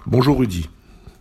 Bonjour Rudy.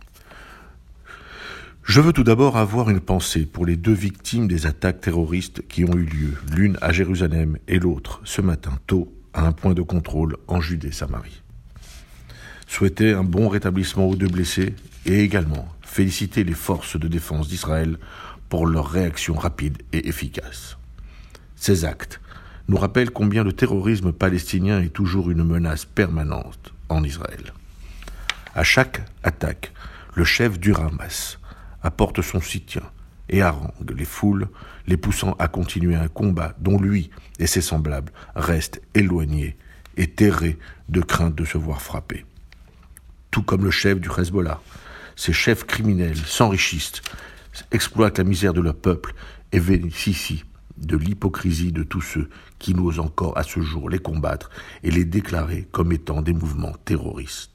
Je veux tout d'abord avoir une pensée pour les deux victimes des attaques terroristes qui ont eu lieu, l'une à Jérusalem et l'autre ce matin tôt à un point de contrôle en Judée-Samarie. Souhaiter un bon rétablissement aux deux blessés et également féliciter les forces de défense d'Israël pour leur réaction rapide et efficace. Ces actes nous rappellent combien le terrorisme palestinien est toujours une menace permanente en Israël. À chaque attaque, le chef du Hamas apporte son soutien et harangue les foules, les poussant à continuer un combat dont lui et ses semblables restent éloignés et terrés de crainte de se voir frapper. Tout comme le chef du Hezbollah, ces chefs criminels s'enrichissent, exploitent la misère de leur peuple et bénéficient de l'hypocrisie de tous ceux qui n'osent encore à ce jour les combattre et les déclarer comme étant des mouvements terroristes.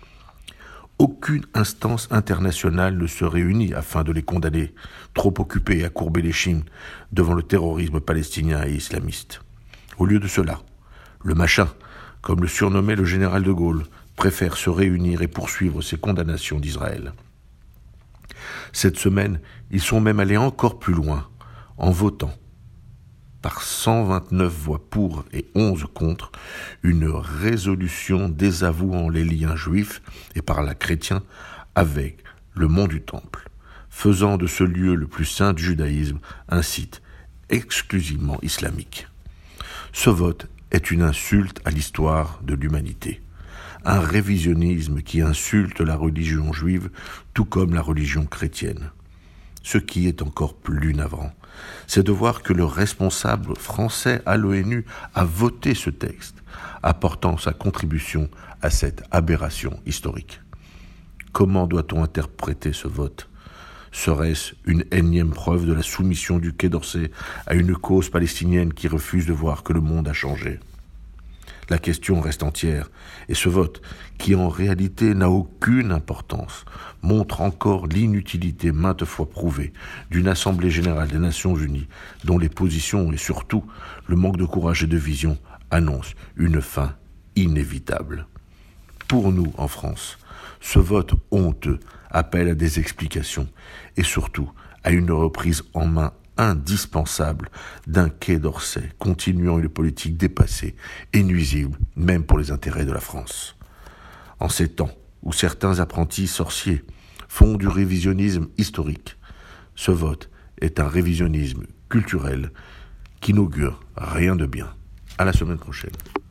Aucune instance internationale ne se réunit afin de les condamner, trop occupés à courber l'échine devant le terrorisme palestinien et islamiste. Au lieu de cela, le machin, comme le surnommait le général de Gaulle, préfère se réunir et poursuivre ses condamnations d'Israël. Cette semaine, ils sont même allés encore plus loin, en votant, par 129 voix pour et 11 contre, une résolution désavouant les liens juifs et par là chrétiens avec le mont du Temple, faisant de ce lieu le plus saint du judaïsme un site exclusivement islamique. Ce vote est une insulte à l'histoire de l'humanité, un révisionnisme qui insulte la religion juive tout comme la religion chrétienne. Ce qui est encore plus navrant, c'est de voir que le responsable français à l'ONU a voté ce texte, apportant sa contribution à cette aberration historique. Comment doit-on interpréter ce vote ? Serait-ce une énième preuve de la soumission du Quai d'Orsay à une cause palestinienne qui refuse de voir que le monde a changé ? La question reste entière, et ce vote, qui en réalité n'a aucune importance, montre encore l'inutilité maintes fois prouvée d'une Assemblée générale des Nations unies, dont les positions et surtout le manque de courage et de vision annoncent une fin inévitable. Pour nous, en France, ce vote honteux appelle à des explications et surtout à une reprise en main indispensable d'un Quai d'Orsay continuant une politique dépassée et nuisible même pour les intérêts de la France. En ces temps où certains apprentis sorciers font du révisionnisme historique, ce vote est un révisionnisme culturel qui n'augure rien de bien. À la semaine prochaine.